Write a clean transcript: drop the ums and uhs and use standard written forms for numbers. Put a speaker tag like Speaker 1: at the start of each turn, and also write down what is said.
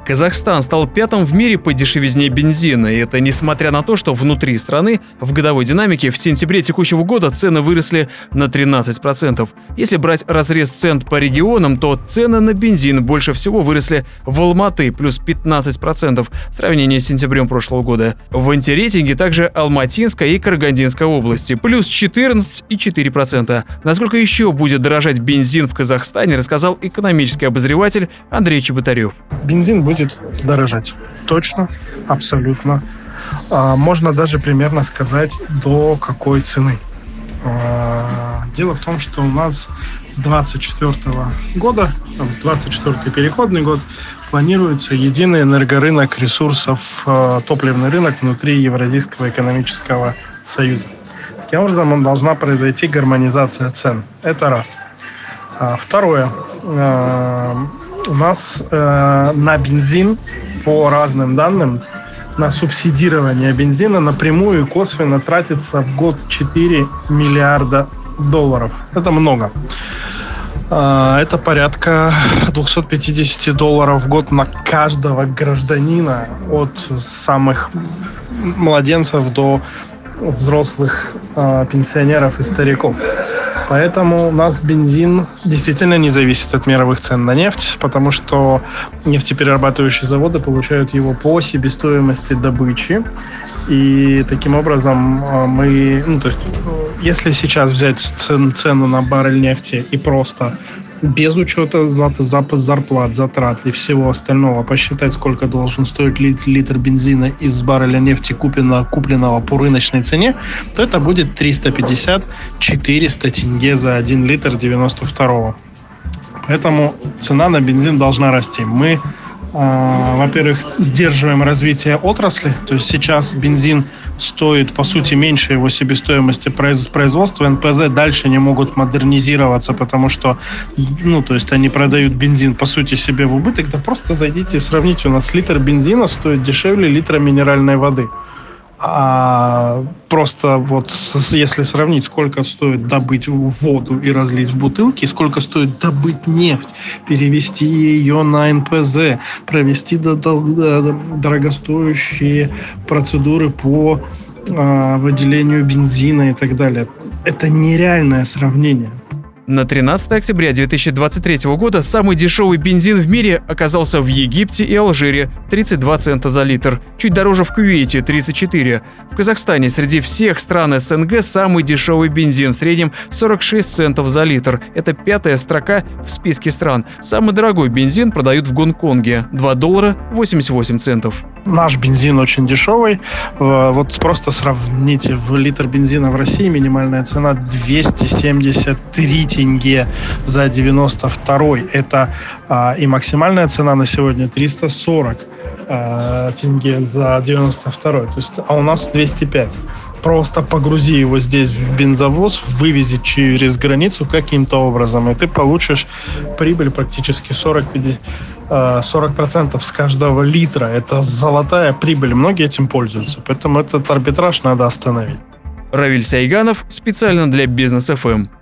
Speaker 1: Казахстан стал пятым в мире по дешевизне бензина, и это несмотря на то, что внутри страны в годовой динамике в сентябре текущего года цены выросли на 13%. Если брать разрез цен по регионам, то цены на бензин больше всего выросли в Алматы плюс 15% в сравнении с сентябрем прошлого года. В антирейтинге также Алматинская и Карагандинская области плюс 14,4%. Насколько еще будет дорожать бензин в Казахстане, рассказал экономический обозреватель Андрей Чеботарев.
Speaker 2: Бензин будет дорожать. Точно, абсолютно. Можно даже примерно сказать, до какой цены. Дело в том, что у нас с 2024 года, с 2024 переходный год, планируется единый энергорынок ресурсов, топливный рынок внутри Евразийского экономического союза. Таким образом, должна произойти гармонизация цен. Это раз. Второе. У нас на бензин, по разным данным, на субсидирование бензина напрямую и косвенно тратится в год 4 миллиарда долларов. Это много. Это порядка 250 долларов в год на каждого гражданина, от самых младенцев до взрослых пенсионеров и стариков. Поэтому у нас бензин действительно не зависит от мировых цен на нефть, потому что нефтеперерабатывающие заводы получают его по себестоимости добычи. И таким образом если сейчас взять цену на баррель нефти и просто без учета зарплат, затрат и всего остального посчитать, сколько должен стоить литр бензина из барреля нефти, купленного по рыночной цене, то это будет 350-400 тенге за 1 литр 92-го. Поэтому цена на бензин должна расти. Мы, во-первых, сдерживаем развитие отрасли, то есть сейчас бензин стоит, по сути, меньше его себестоимости производства. НПЗ дальше не могут модернизироваться, потому что, они продают бензин, по сути, себе в убыток. Да просто зайдите и сравните. У нас литр бензина стоит дешевле литра минеральной воды. Просто если сравнить, сколько стоит добыть воду и разлить в бутылки, сколько стоит добыть нефть, перевести ее на НПЗ, провести дорогостоящие процедуры по выделению бензина и так далее. Это нереальное сравнение.
Speaker 1: На 13 октября 2023 года самый дешевый бензин в мире оказался в Египте и Алжире – 32 цента за литр, чуть дороже в Кувейте – 34. В Казахстане среди всех стран СНГ самый дешевый бензин, в среднем 46 центов за литр. Это 5-я строка в списке стран. Самый дорогой бензин продают в Гонконге – $2.88.
Speaker 2: Наш бензин очень дешевый. Вот просто сравните, в литр бензина в России минимальная цена 273 тенге за 92-й. Это и максимальная цена на сегодня 340 тенге за 92-й. То есть, у нас 205. Просто погрузи его здесь в бензовоз, вывези через границу каким-то образом, и ты получишь прибыль практически 40% с каждого литра. Это золотая прибыль. Многие этим пользуются. Поэтому этот арбитраж надо остановить.
Speaker 1: Равиль Сайганов специально для Бизнес ФМ.